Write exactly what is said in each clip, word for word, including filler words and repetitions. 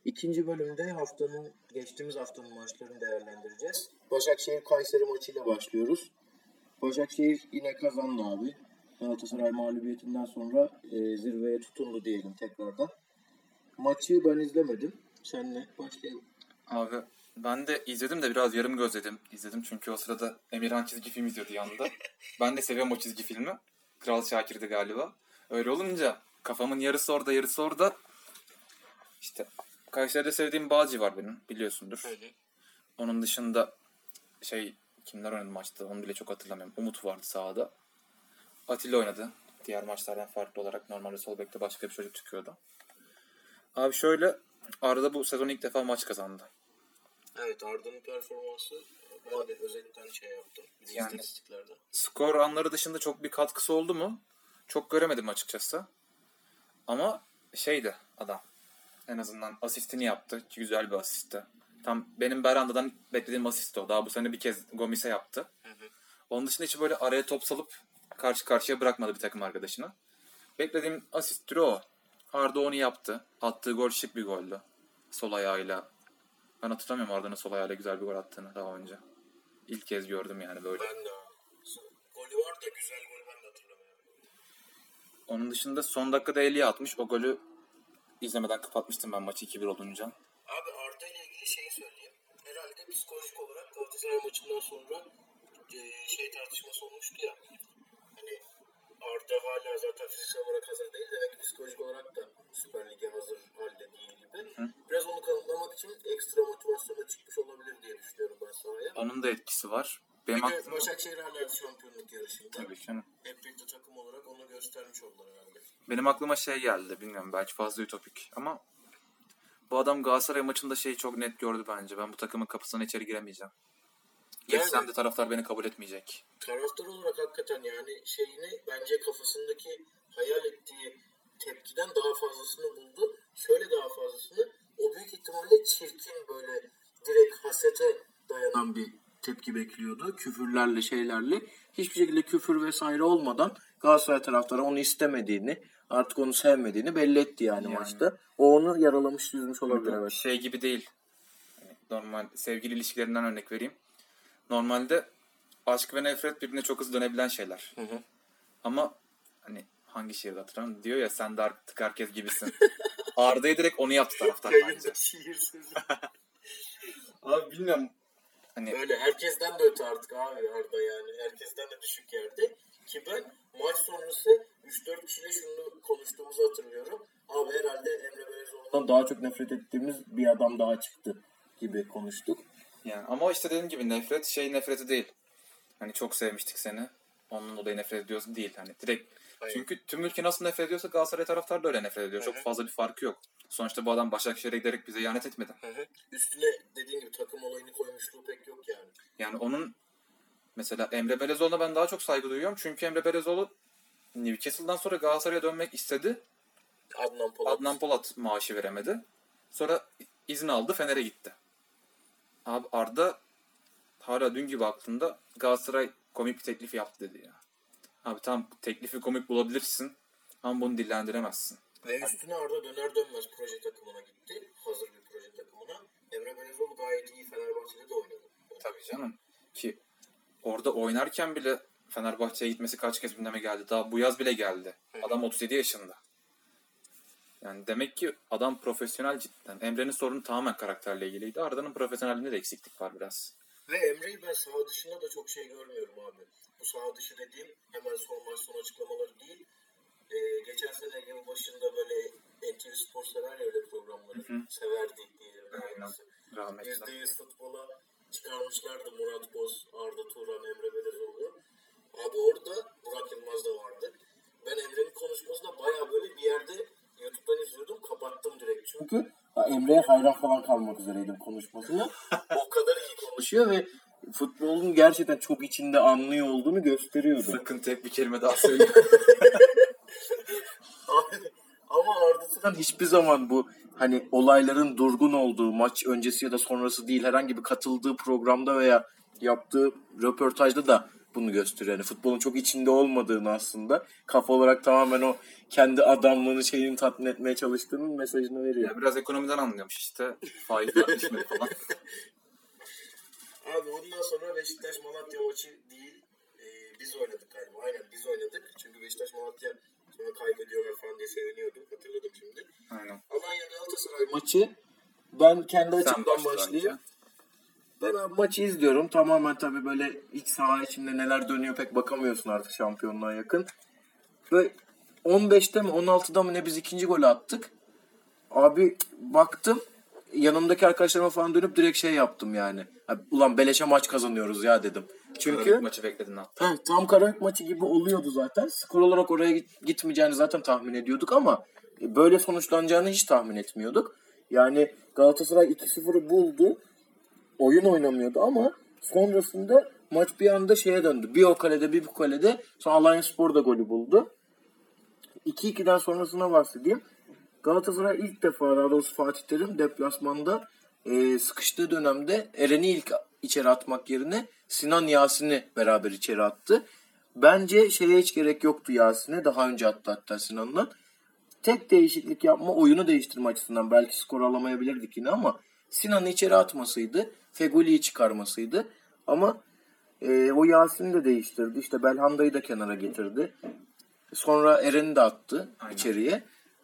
İkinci bölümde haftanın, geçtiğimiz haftanın maçlarını değerlendireceğiz. Başakşehir-Kayseri maçıyla başlıyoruz. Başakşehir yine kazandı abi. Galatasaray mağlubiyetinden sonra e, zirveye tutundu diyelim tekrardan. Maçı ben izlemedim. Senle başlayalım. Abi ben de izledim de biraz yarım gözledim. İzledim çünkü o sırada Emirhan çizgi film izliyordu yanında. Ben de seviyorum o çizgi filmi. Kral Şakir'di galiba. Öyle olunca kafamın yarısı orada yarısı orada. İşte Kayseri'de sevdiğim Bağcı var benim, biliyorsundur. Öyle. Onun dışında şey kimler oynadı maçta onu bile çok hatırlamıyorum. Umut vardı sahada. Atilla oynadı. Diğer maçlardan farklı olarak normalde sol bekte başka bir çocuk çıkıyordu. Abi şöyle, Arda bu sezon ilk defa maç kazandı. Evet, Arda'nın performansı abi özellikle şey yaptı. Yani istatistiklerde. Skor anları dışında çok bir katkısı oldu mu? Çok göremedim açıkçası. Ama şeydi adam. En azından asistini yaptı. Güzel bir asistti. Tam benim Beranda'dan beklediğim asist o. Daha bu sene bir kez Gomis'e yaptı. Hı hı. Onun dışında hiç böyle araya top salıp karşı karşıya bırakmadı bir takım arkadaşına. Beklediğim asist türü o. Arda onu yaptı. Attığı gol şık bir goldü. Sol ayağıyla. Ben hatırlamıyorum Arda'nın sol ayağıyla güzel bir gol attığını daha önce. İlk kez gördüm yani böyle. Ben de. Golü var da güzel gol ben de hatırlamıyorum. Onun dışında son dakikada elliye atmış. O golü izlemeden kapatmıştım ben maçı iki bir olunca. Abi Arda ile ilgili şeyi söyleyeyim. Herhalde psikolojik olarak Galatasaray maçından sonra şey tartışması olmuştu ya. Hani Arda hala zaten fiziksel olarak hazır değil. Demek ki psikolojik olarak da Süper Lig'e hazır halde değil gibi. Hı. Biraz onu kanıtlamak için ekstra motivasyona çıkmış olabilir diye düşünüyorum ben sahaya. Onun da etkisi var. Benim bir de aklımda... Başakşehir hala şampiyonluk yarışında. Tabii canım. Hep birlikte takım olarak onu göstermiş oldular herhalde. Benim aklıma şey geldi. Bilmiyorum, belki fazla ütopik ama bu adam Galatasaray maçında şeyi çok net gördü bence. Ben bu takımın kapısına içeri giremeyeceğim. Geçsem yani, de taraftar beni kabul etmeyecek. Taraftar olarak hakikaten yani şeyini bence kafasındaki hayal ettiği tepkiden daha fazlasını buldu. Şöyle daha fazlasını, o büyük ihtimalle çirkin böyle direkt hasete dayanan bir tepki bekliyordu. Küfürlerle şeylerle. Hiçbir şekilde küfür vesaire olmadan Galatasaray taraftarı onu istemediğini, artık onu sevmediğini belli etti yani, yani. maçta. O onu yaralamış, yüzmüş olabilir. Evet. Şey gibi değil. Normal sevgili ilişkilerinden örnek vereyim. Normalde aşk ve nefret birbirine çok hızlı dönebilen şeyler. Hı hı. Ama hani hangi şiirde hatırlamıyorum diyor ya, sen de artık herkes gibisin. Arda'yı direkt onu yaptı taraftar bence. Şiir sözü. Abi bilmiyorum. Hani... Öyle herkesten de öte artık abi Arda yani. Herkesten de düşük yerde. Ki ben maç sonrası üç dört kişiyle şunu konuştuğumuzu hatırlıyorum. Abi herhalde Emre Belezoğlu'ndan daha çok nefret ettiğimiz bir adam daha çıktı gibi konuştuk. Yani ama işte dediğim gibi nefret şey nefreti değil. Hani çok sevmiştik seni, onun dolayı nefret ediyorsun değil. Hani direkt. Hayır. Çünkü tüm ülke nasıl nefret ediyorsa Galatasaray taraftarı da öyle nefret ediyor. Hı-hı. Çok fazla bir farkı yok. Sonuçta bu adam Başakşehir'e giderek bize ihanet etmedi. Hı-hı. Üstüne dediğin gibi takım olayını koymuşluğu pek yok yani. Yani onun mesela Emre Belezoğlu'na ben daha çok saygı duyuyorum. Çünkü Emre Belezoğlu Newcastle'dan sonra Galatasaray'a dönmek istedi. Adnan Polat. Adnan Polat maaşı veremedi. Sonra izin aldı, Fener'e gitti. Abi Arda hala dün gibi aklında Galatasaray komik bir teklif yaptı dedi ya. Abi tamam, teklifi komik bulabilirsin ama bunu dillendiremezsin. Ve üstüne Arda döner dönmez proje takımına gitti. Hazır bir proje takımına. Emre Belezoğlu gayet iyi Fenerbahçe'de de oynadı. Tabii canım. Ki orada oynarken bile Fenerbahçe'ye gitmesi kaç kez gündeme geldi. Daha bu yaz bile geldi. Hı. Adam otuz yedi yaşında. Yani demek ki adam profesyonel cidden. Emre'nin sorunu tamamen karakterle ilgiliydi. Arda'nın profesyonelliğinde de eksiklik var biraz. Ve Emre'yi ben saha dışında da çok şey görmüyorum abi. Bu saha dışı dediğim hemen son maç son açıklamaları değil. Ee, geçen sene yıl başında böyle N T V Spor sever ya öyle programları. Hı hı. Severdi diyelim. Rahmetli. yüzde yüz futbola çıkarmışlardı Murat Boz, Arda Turan, Emre Belezoğlu. Abi orada Burak Yılmaz da vardı. Ben Emre'nin konuşmasına bayağı böyle bir yerde YouTube'dan izliyordum. Kapattım direkt. Çünkü Emre'ye hayran falan kalmak üzereydim konuşmasını. O kadar iyi konuşuyor ve futbolun gerçekten çok içinde anlıyor olduğunu gösteriyordu. Sakın tek bir kelime daha söyle. Ama Arda Turan hiçbir zaman bu hani olayların durgun olduğu, maç öncesi ya da sonrası değil, herhangi bir katıldığı programda veya yaptığı röportajda da bunu gösteriyor. Yani futbolun çok içinde olmadığını aslında kafa olarak tamamen o kendi adamlığını şeyini tatmin etmeye çalıştığının mesajını veriyor. Ya biraz ekonomiden anlıyormuş işte. Faizler düşmedi falan. Abi ondan sonra Beşiktaş Malatya maçı değil. Ee, biz oynadık galiba. Aynen biz oynadık. Çünkü Beşiktaş Malatya sonra kaybediyorlar falan diye seviniyordum. Hatırladım şimdi. Aynen. Alanya Galatasaray maçı. Ben kendi Sen açımdan başla başlayayım. önce. Ben abi maçı izliyorum. Tamamen tabii böyle iç saha içinde neler dönüyor pek bakamıyorsun artık şampiyonluğa yakın. Ve on beşte mi on altıda mı ne biz ikinci golü attık. Abi baktım yanımdaki arkadaşlarıma falan dönüp direkt şey yaptım yani. Abi, ulan beleşe maç kazanıyoruz ya dedim. Çünkü Karabük maçı bekledin hatta. he, tam Karabük maçı gibi oluyordu zaten. Skor olarak oraya git- gitmeyeceğini zaten tahmin ediyorduk ama böyle sonuçlanacağını hiç tahmin etmiyorduk. Yani Galatasaray iki sıfırı buldu. Oyun oynamıyordu ama sonrasında maç bir anda şeye döndü. Bir o kalede bir bu kalede. Sonra Alanyaspor da golü buldu. iki ikiden sonrasına bahsedeyim. Galatasaray ilk defa, daha doğrusu Fatih Terim deplasmanda e, sıkıştığı dönemde Eren'i ilk içeri atmak yerine Sinan Yasin'i beraber içeri attı. Bence şeye hiç gerek yoktu Yasin'e. Daha önce attı hatta Sinan'la. Tek değişiklik yapma, oyunu değiştirme açısından belki skor alamayabilirdik yine ama Sinan'ı içeri atmasıydı. Fegoli'yi çıkarmasıydı. Ama e, o Yasin'i de değiştirdi. İşte Belhanda'yı da kenara getirdi. Sonra Eren'i de attı Aynen. içeriye.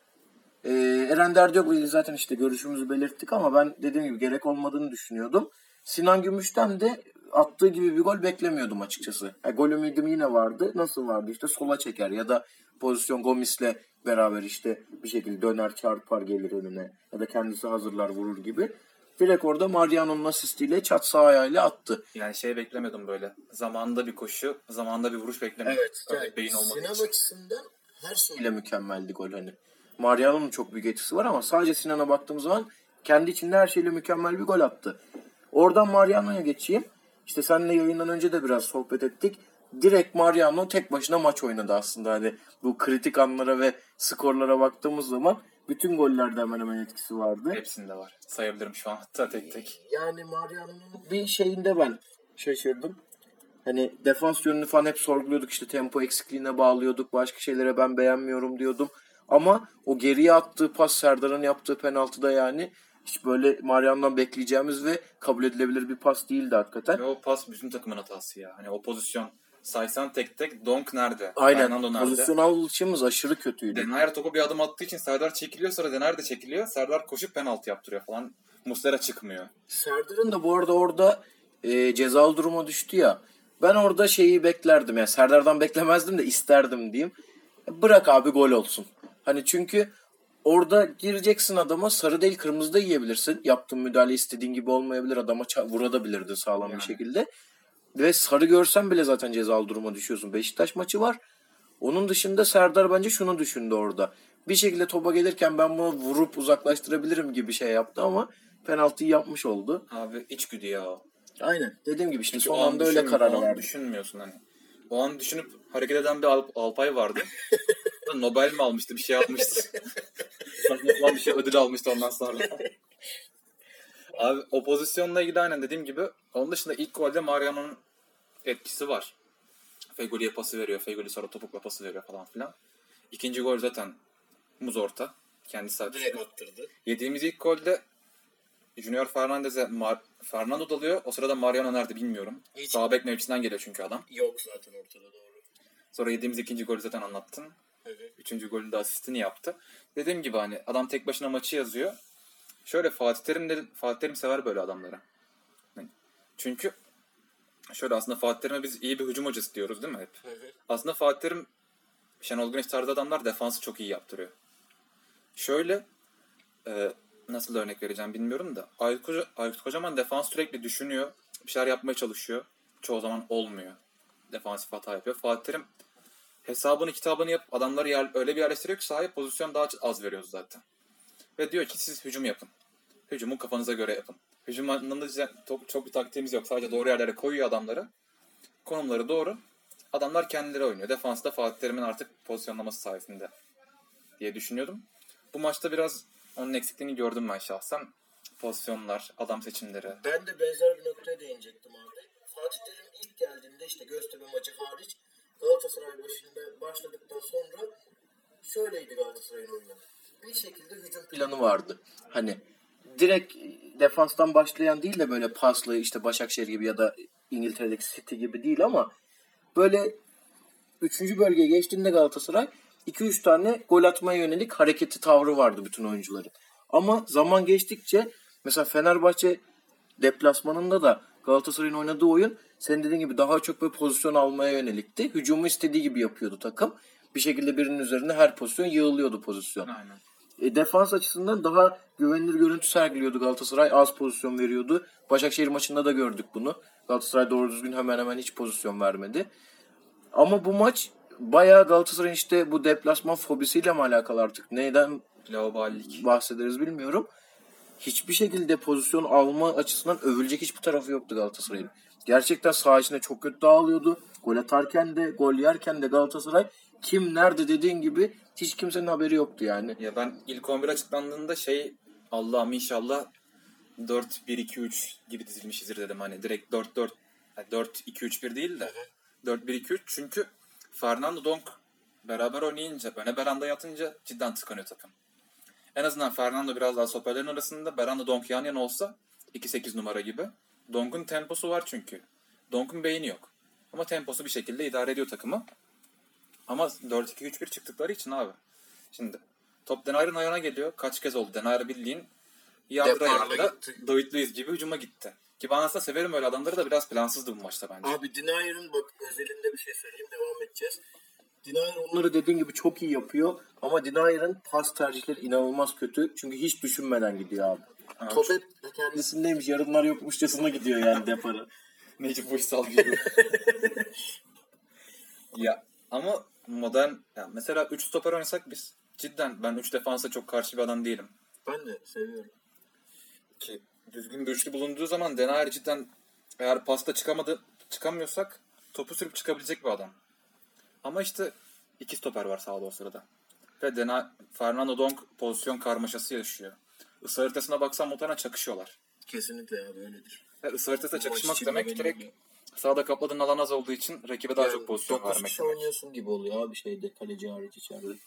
Ee, Eren Derdiyoklu'yla zaten işte görüşümüzü belirttik ama ben dediğim gibi gerek olmadığını düşünüyordum. Sinan Gümüş'ten de attığı gibi bir gol beklemiyordum açıkçası. Yani gol ümidim yine vardı. Nasıl vardı? İşte sola çeker ya da pozisyon Gomis'le beraber işte bir şekilde döner çarpar gelir önüne ya da kendisi hazırlar vurur gibi. Direkt orada Mariano'nun asistiyle çat sağ ayağıyla attı. Yani şey beklemiyordum böyle. Zamanında bir koşu, zamanında bir vuruş beklemiyordum. Evet. Öyle Yani beyin olmadığı Sinan için. açısından her şey Ile mükemmeldi gol hani. Mariano'nun çok büyük etkisi var ama sadece Sinan'a baktığımız zaman kendi içinde her şeyle mükemmel bir gol attı. Oradan Mariano'ya geçeyim. İşte seninle yayından önce de biraz sohbet ettik. Direkt Mariano tek başına maç oynadı aslında. Hani bu kritik anlara ve skorlara baktığımız zaman bütün gollerde hemen hemen etkisi vardı. Hepsinde var. Sayabilirim şu an hatta tek tek. yani Mariano'nun Bir şeyinde ben şaşırdım. Hani defans yönünü falan hep sorguluyorduk. İşte tempo eksikliğine bağlıyorduk. Başka şeylere ben beğenmiyorum diyordum. Ama o geriye attığı pas, Serdar'ın yaptığı penaltıda yani hiç böyle Mariano'dan bekleyeceğimiz ve kabul edilebilir bir pas değildi hakikaten. Ve o pas bütün takımın hatası ya. Hani o pozisyon saysan tek tek Donk nerede? Aynen. Fernando nerede? Pozisyon alışımız aşırı kötüydü. Denayer topu bir adım attığı için Serdar çekiliyor, sonra Denayer de çekiliyor. Serdar koşup penaltı yaptırıyor falan. Muslera çıkmıyor. Serdar'ın da bu arada orada e, cezalı duruma düştü ya. Ben orada şeyi beklerdim. Yani Serdar'dan beklemezdim de isterdim diyeyim. Bırak abi gol olsun. Hani çünkü orada gireceksin adama, sarı değil kırmızı da yiyebilirsin. Yaptığın müdahale istediğin gibi olmayabilir. Adama ça- vurabilirdi sağlam Yani. bir şekilde. Ve sarı görsen bile zaten cezalı duruma düşüyorsun. Beşiktaş maçı var. Onun dışında Serdar bence şunu düşündü orada. Bir şekilde topa gelirken ben bunu vurup uzaklaştırabilirim gibi şey yaptı ama penaltıyı yapmış oldu. Abi içgüdü ya o. Aynen. Dediğim gibi işte Çünkü son o an anda öyle düşün- karar o an verdi. düşünmüyorsun hani. O an düşünüp hareket eden bir Alp, Alpay vardı. Nobel mi almıştı, bir şey almıştı. Saçma sapan bir şey ödül almıştı ondan sonra. Abi o pozisyonla ilgili aynen dediğim gibi. Onun dışında ilk golde Mariano'nun etkisi var. Fegoli'ye pası veriyor. Fegoli sonra topukla pası veriyor falan filan. İkinci gol zaten muz orta. Kendisi atıyor. direkt attırdı. Yediğimiz ilk golde Junior Fernandez'e Mar- Fernando dalıyor. O sırada Mariano nerede bilmiyorum. Hiç- Sağ bek mevkisinden geliyor çünkü adam. Yok zaten ortada doğru. Sonra yediğimiz ikinci golü zaten anlattın. Hı hı. Üçüncü golün de asistini yaptı. Dediğim gibi hani adam tek başına maçı yazıyor. Şöyle Fatih Terim de, Fatih Terim sever böyle adamları. Yani çünkü şöyle aslında Fatih Terim'e biz iyi bir hücum hocası diyoruz değil mi hep? Hı hı. Aslında Fatih Terim, Şenol Güneş tarzı adamlar defansı çok iyi yaptırıyor. Şöyle e, nasıl örnek vereceğim bilmiyorum da Aykut, Koca, Aykut Kocaman defans sürekli düşünüyor. Bir şeyler yapmaya çalışıyor. Çoğu zaman olmuyor. Defansif hata yapıyor. Fatih Terim hesabını kitabını yapıp adamları yer, öyle bir yerleştiriyor ki sahaya pozisyon daha az veriyoruz zaten. Ve diyor ki siz hücum yapın. Hücumu kafanıza göre yapın. Hücum anlamında çok, çok bir taktiğimiz yok. Sadece doğru yerlere koyuyor adamları. Konumları doğru. Adamlar kendileri oynuyor. Defansta Fatih Terim'in artık pozisyonlaması sayesinde diye düşünüyordum. Bu maçta biraz onun eksikliğini gördüm ben şahsen. Pozisyonlar, adam seçimleri. Ben de benzer bir noktaya değinecektim abi. Fatih Terim ilk geldiğinde işte Göztepe maçı hariç Galatasaray başında başladıktan sonra şöyleydi Galatasaray'ın oyunu. Bir şekilde hücum Planı vardı. Hani direkt defanstan başlayan değil de böyle paslı işte Başakşehir gibi ya da İngiltere'deki City gibi değil ama böyle üçüncü bölgeye geçtiğinde Galatasaray iki üç tane gol atmaya yönelik hareketi tavrı vardı bütün oyuncuların. Ama zaman geçtikçe mesela Fenerbahçe deplasmanında da Galatasaray'ın oynadığı oyun senin dediğin gibi daha çok böyle pozisyon almaya yönelikti. Hücumu istediği gibi yapıyordu takım. Bir şekilde birinin üzerine her pozisyon yığılıyordu pozisyon. Aynen. E, defans açısından daha güvenilir görüntü sergiliyordu Galatasaray. Az pozisyon veriyordu. Başakşehir maçında da gördük bunu. Galatasaray doğru düzgün hemen hemen hiç pozisyon vermedi. Ama bu maç bayağı Galatasaray'ın işte bu deplasman fobisiyle mi alakalı artık? Neyden Laubalilik. bahsederiz bilmiyorum. Hiçbir şekilde pozisyon alma açısından övülecek hiçbir tarafı yoktu Galatasaray'ın. Gerçekten saha içinde çok kötü dağılıyordu. Gol atarken de, gol yerken de Galatasaray kim nerede dediğin gibi hiç kimsenin haberi yoktu yani. Ya ben ilk on bir açıklandığında şey Allah'ım inşallah dört bir iki üç gibi dizilmişizdir dedim. Hani direkt dört dört dört iki üç bir değil de dört bir iki üç çünkü Fernando Donk beraber oynayınca, öne Beranda yatınca cidden tıkanıyor takım. En azından Fernando biraz daha stoperlerin arasında, Beranda Donk yan yana olsa iki sekiz numara gibi. Donk'un temposu var çünkü. Donk'un beyni yok. Ama temposu bir şekilde idare ediyor takımı. Ama dört iki üç bir çıktıkları için abi. Şimdi top Denayr'ın ayağına geliyor. Kaç kez oldu? Denayr bildiğin yardıra Deparla yardıra gitti. David Luiz gibi hücuma gitti. Ki ben aslında severim öyle adamları da biraz plansızdı bu maçta bence. Abi Denayr'ın bak özelinde bir şey söyleyeyim devam edeceğiz. Denayer Onları dediğin gibi çok iyi yapıyor ama Denayr'ın pas tercihleri inanılmaz kötü. Çünkü hiç düşünmeden gidiyor abi. Evet. Top hep kendisindeymiş, yarınlar yokmuşçasına gidiyor yani depara. Necip Uysal gibi. Ya ama modern ya mesela üç stoper oynasak biz cidden ben üç defansa çok karşı bir adam değilim. ben de seviyorum. Ki düzgün bir üçlü bulunduğu zaman Denayer cidden eğer pasta çıkamadı çıkamıyorsak topu sürüp çıkabilecek bir adam. Ama işte iki stoper var sahada o sırada. Ve Dena, Fernando Donk pozisyon karmaşası yaşıyor. Isı haritasına baksan muhtemelen çakışıyorlar. Kesinlikle abi öyledir. Ve ısı haritasında Bu çakışmak maç için demek de direkt benim sahada kapladığın alan az olduğu için rakibe daha çok pozisyon dokuz vermek kişi demek. oynuyorsun gibi oluyor abi şeyde kaleci hariç içeride.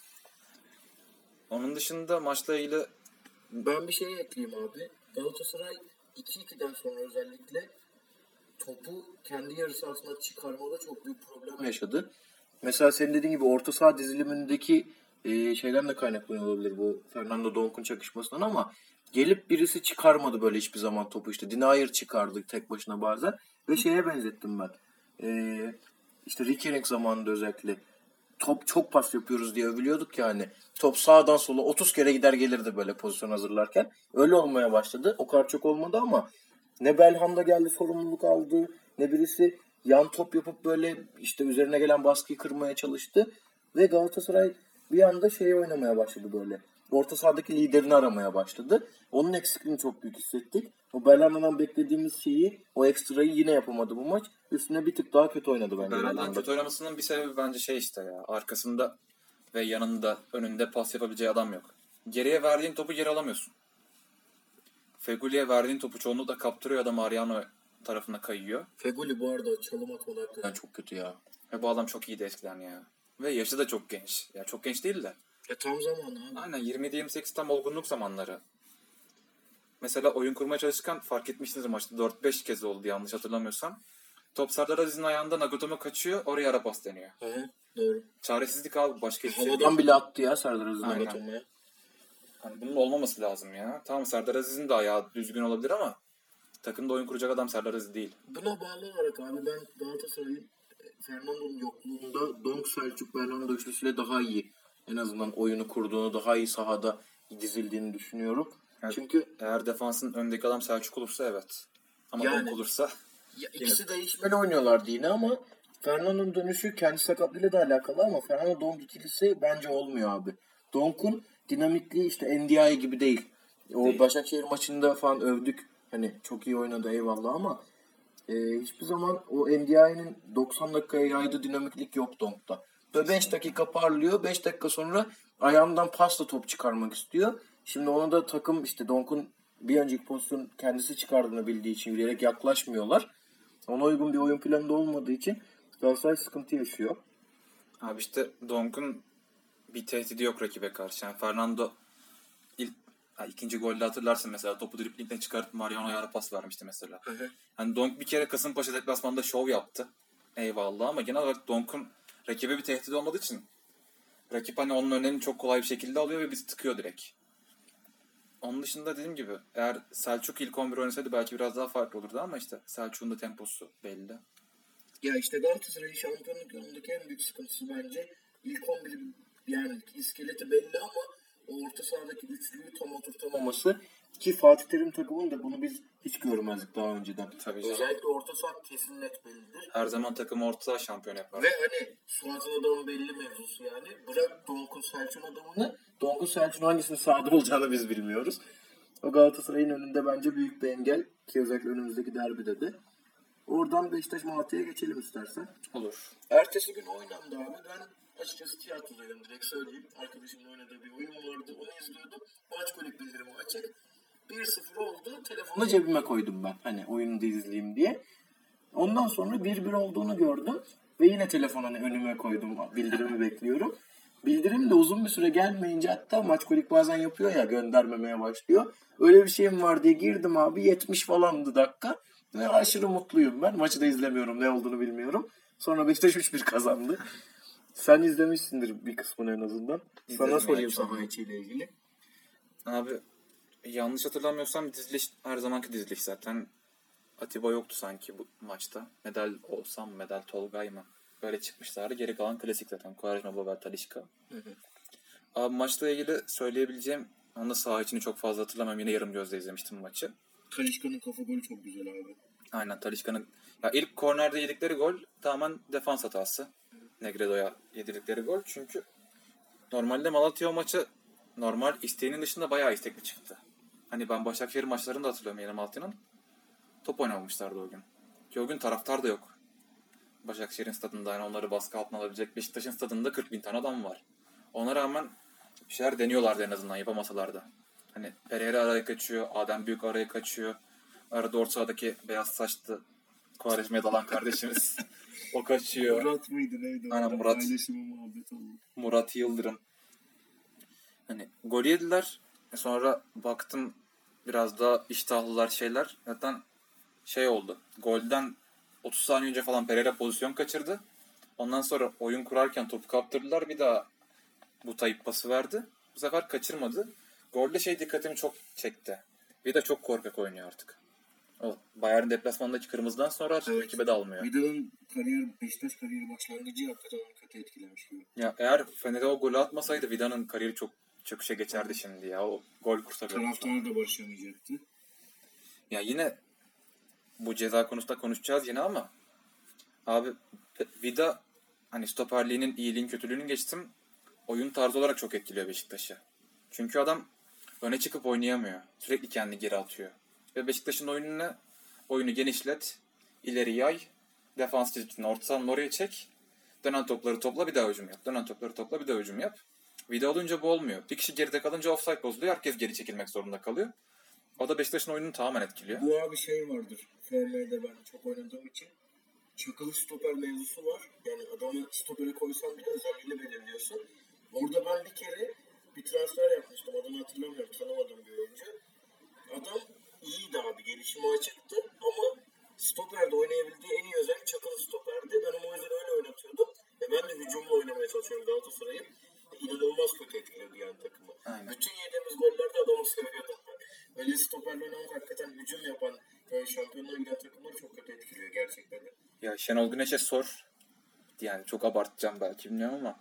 Onun dışında maçla ilgili Ben bir şey ekleyeyim abi. Galatasaray iki ikiden sonra özellikle topu kendi yarısı altına çıkarmada çok büyük problem yaşadı. Mesela senin dediğin gibi orta saha dizilimindeki e, şeyden de kaynaklanıyor olabilir bu Fernando Donk'un çakışmasından ama gelip birisi çıkarmadı böyle hiçbir zaman topu işte. Denayer çıkardı tek başına bazen ve şeye benzettim ben. E, işte Rickering zamanında özellikle top çok pas yapıyoruz diye övülüyorduk yani. Top sağdan sola otuz kere gider gelirdi böyle pozisyon hazırlarken. Öyle olmaya başladı. O kadar çok olmadı ama ne Belhanda geldi sorumluluk aldı ne birisi yan top yapıp böyle işte üzerine gelen baskıyı kırmaya çalıştı. Ve Galatasaray bir anda şey oynamaya başladı böyle. Orta sahadaki liderini aramaya başladı. Onun eksikliğini çok büyük hissettik. O Belhanda'dan beklediğimiz şeyi, o ekstrayı yine yapamadı bu maç. Üstüne bir tık daha kötü oynadı bence. Belhanda'nın Belhanda. kötü oynamasının bir sebebi bence şey işte ya. Arkasında ve yanında, önünde pas yapabileceği adam yok. Geriye verdiğin topu geri alamıyorsun. Feguli'ye verdiğin topu çoğunlukla kaptırıyor, adam Mariano tarafına kayıyor. Feguli bu arada çalım atmadı hakikaten. Yani çok kötü ya. Ve bu adam çok iyiydi eskiden ya. Ve yaşı da çok genç. Ya çok genç değil de. E tam zamanı abi. Aynen yirmi yedi yirmi sekiz tam olgunluk zamanları. Mesela oyun kurmaya çalışırken fark etmişsiniz maçta dört beş kez oldu yanlış hatırlamıyorsam. Top Serdar Aziz'in ayağında Nagatomo kaçıyor, oraya ara pas deniyor. Hı hı, doğru. Çaresizlik abi, başka hiçbir şey değil. Havadan bile attı ya Serdar Aziz'in Aynen. Nagatomo'ya. Hani bunun olmaması lazım ya. Tamam Serdar Aziz'in de ayağı düzgün olabilir ama takımda oyun kuracak adam Serdar Aziz değil. Buna bağlı olarak abi ben Galatasaray'ın Fernando'nun yokluğunda Donk, Selçuk, Belhanda üçlüsüyle daha iyi. En azından oyunu kurduğunu, daha iyi sahada dizildiğini düşünüyorum. Evet. Çünkü Eğer defansın öndeki adam Selçuk olursa evet. Ama Yani- Donk olursa ya ikisi değişmeli. Böyle oynuyorlardı yine ama Fernando'nun dönüşü kendi sakatlığıyla da alakalı ama Fernando Donk ikilisi bence olmuyor abi. Donk'un dinamikliği işte N D I gibi değil. O Değil. Başakşehir maçında falan övdük. Hani çok iyi oynadı eyvallah ama e, hiçbir zaman o N D I'nin doksan dakikaya yaydığı dinamiklik yok Donk'ta. Böyle beş dakika parlıyor. beş dakika sonra ayağından pasla top çıkarmak istiyor. Şimdi ona da takım işte Donk'un bir önceki pozisyon kendisi çıkardığını bildiği için yürüyerek yaklaşmıyorlar. Ona uygun bir oyun planı da olmadığı için Galatasaray sıkıntı yaşıyor. Abi işte Donk'un bir tehdidi yok rakibe karşı. Yani Fernando ilk ha, ikinci golde hatırlarsın mesela topu driplingden çıkartıp Mariano'ya ara pas vermişti mesela. Hı hı. Hani Donk bir kere Kasımpaşa deplasmanında şov yaptı. Eyvallah ama genel olarak Donk'un rakibe bir tehdit olmadığı için rakip hani onun önlerini çok kolay bir şekilde alıyor ve bizi tıkıyor direkt. Onun dışında dediğim gibi eğer Selçuk ilk on bir oynasaydı belki biraz daha farklı olurdu ama işte Selçuk'un da temposu belli. Ya işte Galatasaray'ın şampiyonluk yolundaki en büyük sıkıntısı bence ilk on bir yani iskeleti belli ama o orta sahadaki üçlüyü tam oturtamaması. Ki Fatih Terim takımın da bunu biz hiç görmezdik daha önceden. Tabii canım. Özellikle orta saha kesin net bellidir. Her zaman takım orta saha şampiyon yapar. Ve hani Suat'ın adamı belli mevzusu yani. Bırak Donk'un Selçuk'un adamını. Donk'un Selçuk'un hangisinin sahada olacağını biz bilmiyoruz. O Galatasaray'ın önünde bence büyük bir engel. Ki özellikle önümüzdeki derbide de. Oradan Beşiktaş Malatya'ya geçelim istersen. Olur. Ertesi gün oynandı abi. Ben açıkçası tiyatrodaydım direkt söyleyeyim. Arkadaşımla oynadığı bir oyun vardı. Onu izliyordum. Maç kulüp bildirimi açık. bir sıfır oldu. Telefonu Onu cebime koydum ben. Hani oyunu da izleyeyim diye. Ondan sonra bir bir olduğunu gördüm. Ve yine telefonu hani önüme koydum. Bildirimi bekliyorum. Bildirim de uzun bir süre gelmeyince hatta maç kulüp bazen yapıyor ya göndermemeye başlıyor. Öyle bir şeyim var diye girdim abi. yetmiş falandı dakika. Ve aşırı mutluyum ben. Maçı da izlemiyorum. Ne olduğunu bilmiyorum. Sonra Beşiktaş üç bir kazandı. Sen izlemişsindir bir kısmını en azından. Sana İzledim sorayım yani. saha içiyle ilgili. Abi yanlış hatırlamıyorsam diziliş her zamanki diziliş zaten. Atiba yoktu sanki bu maçta. Medal olsam medal Tolgay mı? Böyle çıkmışlardı. Geri kalan klasik zaten. Quaresma, Babel, Talisca. Abi maçla ilgili söyleyebileceğim onu da saha içini çok fazla hatırlamam. Yine yarım gözle izlemiştim maçı. Talisca'nın kafa golü çok güzel abi. Aynen Talisca'nın ya ilk kornerde yedikleri gol tamamen defans hatası. Negredo'ya yedirdikleri gol. Çünkü normalde Malatya o maçı normal isteğinin dışında bayağı istekli çıktı. Hani ben Başakşehir maçlarını da hatırlıyorum yine Malatya'nın. Top oynamamışlardı o gün. Ki o gün taraftar da yok. Başakşehir'in stadında yani onları baskı altına alabilecek. Beşiktaş'ın stadında kırk bin tane adam var. Ona rağmen bir şeyler deniyorlardı en azından yapamasalar da. Hani Pereira araya kaçıyor, Adem Büyük araya kaçıyor. Arada orta sahadaki beyaz saçlı Quaresma'ya dalan kardeşimiz. O kaçıyor. Murat mıydı neydi? Aynen, Murat. Paylaşımı muhabbet oldu. Murat Yıldırım. Hani gol yediler. Sonra baktım biraz daha iştahlılar şeyler. Zaten şey oldu. Golden otuz saniye önce falan Pereira pozisyon kaçırdı. Ondan sonra oyun kurarken topu kaptırdılar. Bir daha bu Tayyip pası verdi. Bu sefer kaçırmadı. Golde şey dikkatimi çok çekti. Vida çok korkak oynuyor artık. O Bayern deplasmandaki kırmızıdan sonra artık Evet. rakibe de almıyor. Vida'nın kariyer, Beşiktaş kariyeri başlangıcı hakikaten onu kötü etkilemiş gibi. Ya eğer Fener'e o golü atmasaydı Vida'nın kariyeri çok çöküşe geçerdi şimdi ya. O gol kurtarıyor. Taraftar da barışamayacaktı. Ya yine bu ceza konusunda konuşacağız yine ama abi Vida hani stoperliğinin iyiliğin kötülüğünü geçtim. Oyun tarzı olarak çok etkiliyor Beşiktaş'ı. Çünkü adam öne çıkıp oynayamıyor. Sürekli kendini geri atıyor. Ve Beşiktaş'ın oyunu ne? Oyunu genişlet, ileri yay, defans çizgisini orta sahanın oraya çek, dönen topları topla bir daha hücum yap. Dönen topları topla bir daha hücum yap. Vida olunca bu olmuyor. Bir kişi geride kalınca offside bozuluyor. Herkes geri çekilmek zorunda kalıyor. O da Beşiktaş'ın oyununu tamamen etkiliyor. Bu abi şey vardır. F M'de ben çok oynadığım için. Çakılı stoper mevzusu var. Yani adamı stopere koysan bile özelliğini belirliyorsun. Orada ben bir kere bir transfer yapmıştım. Adını hatırlamıyorum. Tanımadığım bir oyuncu. Adam iyiydi abi. Gelişimi açıktı. Ama stoperde oynayabildiği en iyi özellik çakılı stoperdi. Ben onu o yüzden öyle oynatıyordum. Ve ben de hücumla oynamaya çalışıyorum Galatasaray'ın. İnanılmaz kötü etkiledi yani takımı. Aynen. Bütün yediğimiz gollerde adamı seviyordum ben. Öyle stoperle oynamak hakikaten hücum yapan böyle şampiyonluğa giden takımları çok kötü etkiliyor gerçekten de. Ya Şenol Güneş'e sor. Yani çok abartacağım belki bilmiyorum ama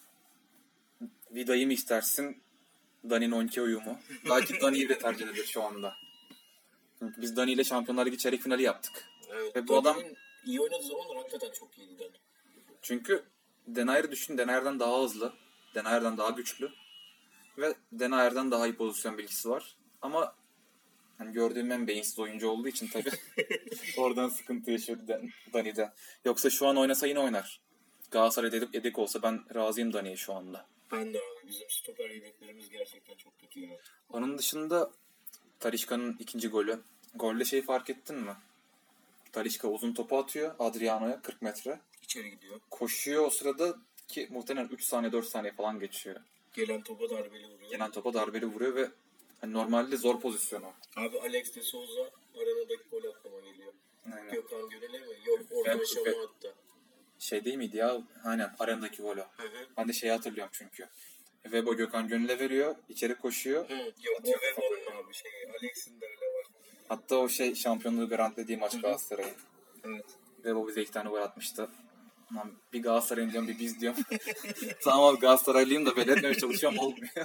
Vida'yı mı istersin? Dani'nin Onkeo'yu mu? Belki Dani'yi de tercih edilir şu anda. Çünkü biz Dani ile Şampiyonlar Ligi çeyrek finali yaptık. Evet, Ve bu adam iyi oynadığı zamanlar hakikaten çok iyiydi Dani. çünkü Denayr'ı düşün. Denayr'dan daha hızlı. Denayr'dan daha güçlü. Ve Denayr'dan daha iyi pozisyon bilgisi var. Ama hani gördüğüm en beyinsiz oyuncu olduğu için tabii oradan sıkıntı yaşıyor Dani'de. Yoksa şu an oynasa yine oynar. Galatasaray'da edip yedek olsa ben razıyım Dani'ye şu anda. Ben de abi. Bizim stoper yedeklerimiz gerçekten çok kötü ya. Onun dışında Talisca'nın ikinci golü. Golde şeyi fark ettin mi? Talisca uzun topu atıyor Adriano'ya kırk metre. İçeri gidiyor. Koşuyor o sırada ki muhtemelen üç saniye dört saniye falan geçiyor. Gelen topa darbeli vuruyor. Gelen topa darbeli vuruyor ve hani normalde zor pozisyonu. Abi Alex de Souza arenadaki gol aklıma geliyor. Aynen. Gökhan Gönül'e mi? Yok oradan Şam'a attı. Şey değil miydi ya? Aynen arenadaki golü. Ben de şeyi hatırlıyorum çünkü. Webo Gökhan Gönül'e veriyor. İçeri koşuyor. Hı. Yok o Webo'nun abi şey. Alex'in de öyle var. Hatta o şey şampiyonluğu garantilediği maç Galatasaray'ın. Evet. Webo bize iki tane gol atmıştı. Lan bir Galatasaray'ın diyorum bir biz diyorum. Tamam abi Galatasaraylıyım da belli etmeye çalışıyorum olmuyor.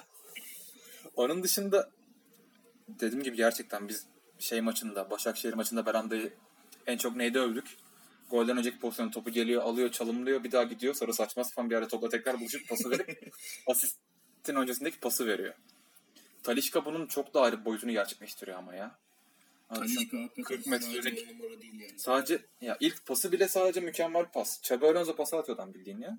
Onun dışında dediğim gibi gerçekten biz şey maçında Başakşehir maçında Beranda'yı en çok neyde övdük? Golden önceki pozisyonu topu geliyor alıyor çalımlıyor bir daha gidiyor sarı saçma sapan bir yerde topla tekrar buluşup pası verip asistin öncesindeki pası veriyor. Talisca bunun çok daha ayrı bir boyutunu gerçekleştiriyor ama ya. Talisca kırk metrelik numara değil yani. sadece ya ilk pası bile sadece mükemmel pas. Xabi Alonso pası atıyor adam bildiğin ya.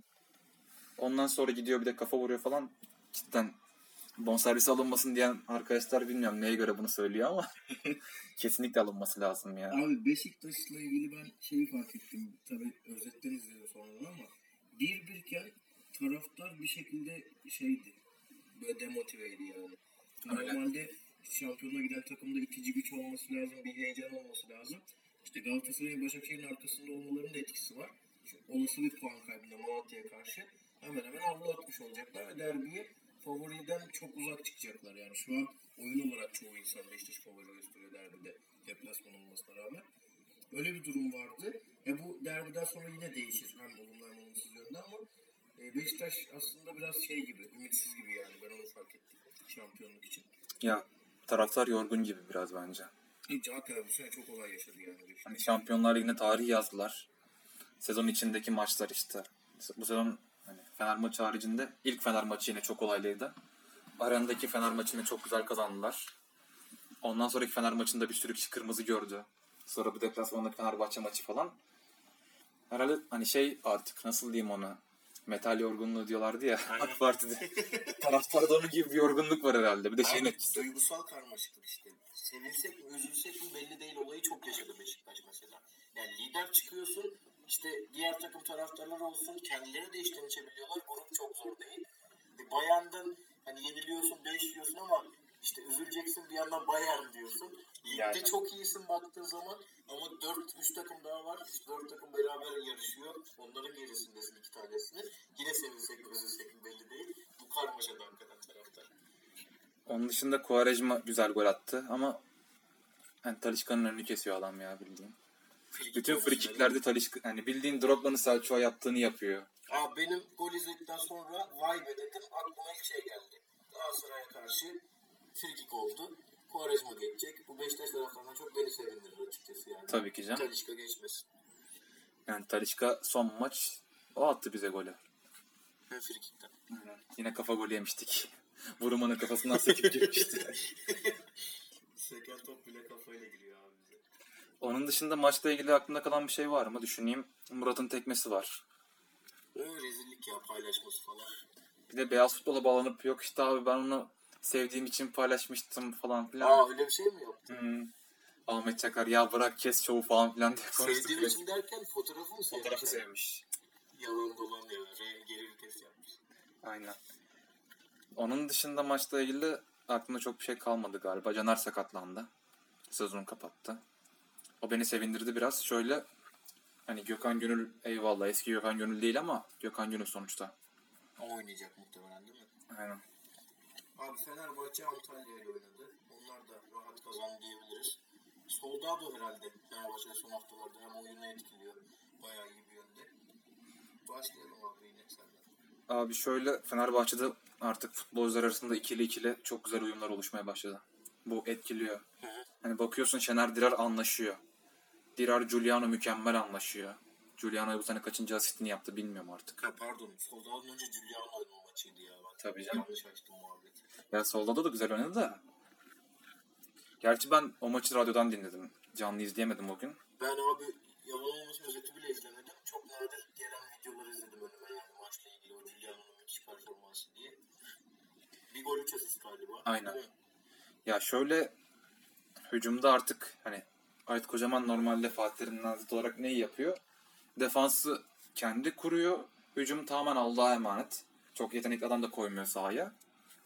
Ondan sonra gidiyor bir de kafa vuruyor falan. Cidden bonservisi alınmasın diyen arkadaşlar bilmiyorum neye göre bunu söylüyor ama kesinlikle alınması lazım ya. Abi Beşiktaş'la ilgili ben şeyi fark ettim. Tabii özetten izledim sonradan ama bir birken taraftar bir şekilde şeydi. Böyle demotiveydi yani. Normalde şampiyonluğa giden takımda itici güç olması lazım, bir heyecan olması lazım. İşte Galatasaray'ın Başakşehir'in arkasında olmalarının da etkisi var. Şu olası bir puan kaybında Malatya'ya karşı hemen hemen avlu atmış olacaklar ve derbiye favoriden çok uzak çıkacaklar. Yani şu an oyun olarak çoğu insan Beşiktaş favori gösteriyor derbide deplasman olmasına rağmen. Öyle bir durum vardı. E bu derbiden sonra yine değişir. Hem olumlu hem olumsuz yönde ama e Beşiktaş aslında biraz şey gibi, ümitsiz gibi yani. Ben onu fark ettim şampiyonluk için. Ya taraftar yorgun gibi biraz bence. Hiç hakikaten bu sene çok olay yaşadı yani. Hani Şampiyonlar Ligi'ne tarih yazdılar. Sezon içindeki maçlar işte. Bu sezon hani Fener maçı haricinde ilk Fener maçı yine çok olaylıydı. Arenadaki Fener maçını çok güzel kazandılar. Ondan sonraki Fener maçında bir sürü kişi kırmızı gördü. Sonra bu deplasmandaki Fenerbahçe maçı falan. Herhalde hani şey artık nasıl diyeyim ona. Metal yorgunluğu diyorlardı ya AK Parti'de. Taraftarda onun gibi bir yorgunluk var herhalde. Bir de şeyin etkisi. Duygusal karmaşıklık işte. Sevilsek mi üzülsek mi belli değil olayı çok yaşadı Beşiktaş mesela. Yani lider çıkıyorsun işte diğer takım taraftarları olsun kendileri de işten içebiliyorlar. Grup çok zor değil. Bir Bayern'den hani yeniliyorsun beş yiyorsun ama işte üzüleceksin bir yandan Bayern diyorsun. Ligde yani. Çok iyisin baktığın zaman ama dört üç takım daha var. İşte dört takım beraber yarışıyor. Onların gerisindesin iki tanesini. Yine sevinsek mi üzülsek mi belli değil. Bu karmaşada hakikaten taraftar. Onun dışında Quaresma güzel gol attı ama yani Talisca'nın önünü kesiyor adam ya bildiğin. Frikik bütün frikiklerde Talisca hani bildiğin Drogba'nın Selçuk'a yaptığını yapıyor. Aa, benim gol izledikten sonra vay be dedim aklıma ilk şey geldi. Galatasaray'a karşı frikik oldu. Quaresma geçecek. Bu Beşiktaş taraftarından çok beni sevindirir açıkçası yani. Tabii ki canım. Talisca geçmesin. Yani Talisca son maç o attı bize golü. Ben frikikten. Aynen. Yine kafa golü yemiştik. Vurmanın kafasından sekip girmişti. Seken top bile kafayla giriyor abi bize. Onun dışında maçla ilgili aklımda kalan bir şey var mı? Düşüneyim. Murat'ın tekmesi var. O rezillik ya paylaşması falan. Bir de beyaz futbola bağlanıp yok işte abi ben onu sevdiğim için paylaşmıştım falan filan. Aa öyle bir şey mi yaptın? Hmm. Ahmet Çakar ya bırak kes şovu falan filan diye konuştuk. Sevdiğim için derken fotoğrafı mı sevmiş? Fotoğrafı sevmiş. Yalan dolan ya. Re- geri vites yapmış. Aynen. Onun dışında maçla ilgili aklımda çok bir şey kalmadı galiba. Caner sakatlandı. Sezonu kapattı. O beni sevindirdi biraz. Şöyle hani Gökhan Gönül eyvallah eski Gökhan Gönül değil ama Gökhan Gönül sonuçta. O oynayacak muhtemelen değil mi? Aynen. Abi Fenerbahçe Antalya ile oynadı. Onlar da rahat kazandı diyebiliriz. Soldado herhalde Fenerbahçe'de son haftalarda hem oyunu etkiliyor. Bayağı iyi bir yönde. Başlayalım abi yine senden. Abi şöyle Fenerbahçe'de artık futbolcular arasında ikili ikili çok güzel uyumlar oluşmaya başladı. Bu etkiliyor. Hı hı. Hani bakıyorsun Şener Dirar anlaşıyor. Dirar Giuliano mükemmel anlaşıyor. Giuliano bu sene kaçıncı asistini yaptı bilmiyorum artık. Ha, pardon. Soldado'nun önce Giuliano'nun maçıydı ya. Ben tabii canım. Yanlış açtım muhabbeti. Ya Soldado da güzel oynadı da. Gerçi ben o maçı radyodan dinledim. Canlı izleyemedim o gün. Ben abi yalan olmasın özeti bile izlemedim. Çok nadir gelen videoları izledim önüme yani maçla ilgili. O Giuliano'nun müthiş performansı diye. Bir gol üç asist galiba. Aynen. Ya şöyle hücumda artık hani Ait Kocaman normalde Fatih Terim'den zıt olarak neyi yapıyor? Defansı kendi kuruyor. Hücum tamamen Allah'a emanet. Çok yetenekli adam da koymuyor sahaya.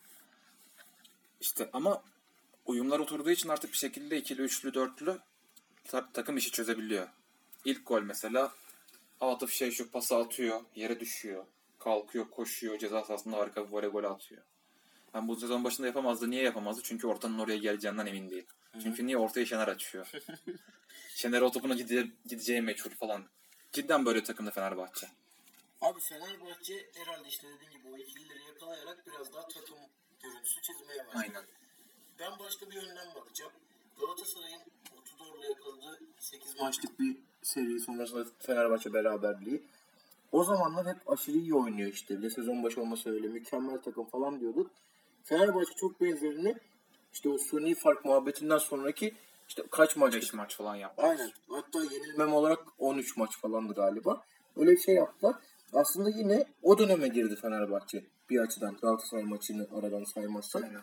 İşte ama uyumlar oturduğu için artık bir şekilde ikili, üçlü, dörtlü ta- takım işi çözebiliyor. İlk gol mesela Atıf şey şu pası atıyor, yere düşüyor. Kalkıyor, koşuyor, ceza sahasında harika bir voley golü atıyor. Ben bu sezon başında yapamazdı. Niye yapamazdı? Çünkü ortanın oraya geleceğinden emin değil. Hı-hı. Çünkü niye ortaya Şener açıyor? Şener o topuna gide- gideceği meçhul falan. Cidden böyle takımda Fenerbahçe. Abi Fenerbahçe herhalde işte dediğin gibi o ikilileri yakalayarak biraz daha takım görüntüsü çizmeye başladı. Aynen. Ben başka bir yönden bakacağım. Galatasaray'ın Otudor'la yakaladığı sekiz maçlık bir Seri sonrasında Fenerbahçe beraberliği. O zamanlar hep aşırı iyi oynuyor işte. Bir de sezon başı olması öyle mükemmel takım falan diyorduk. Fenerbahçe çok benzerini işte o suni fark muhabbetinden sonraki işte kaç maç? beş maç falan yaptı. Aynen. Hatta yenilmem olarak on üç maç falandı galiba. Öyle bir şey yaptılar. Aslında yine o döneme girdi Fenerbahçe bir açıdan. Galatasaray maçını aradan saymazsak. Aynen.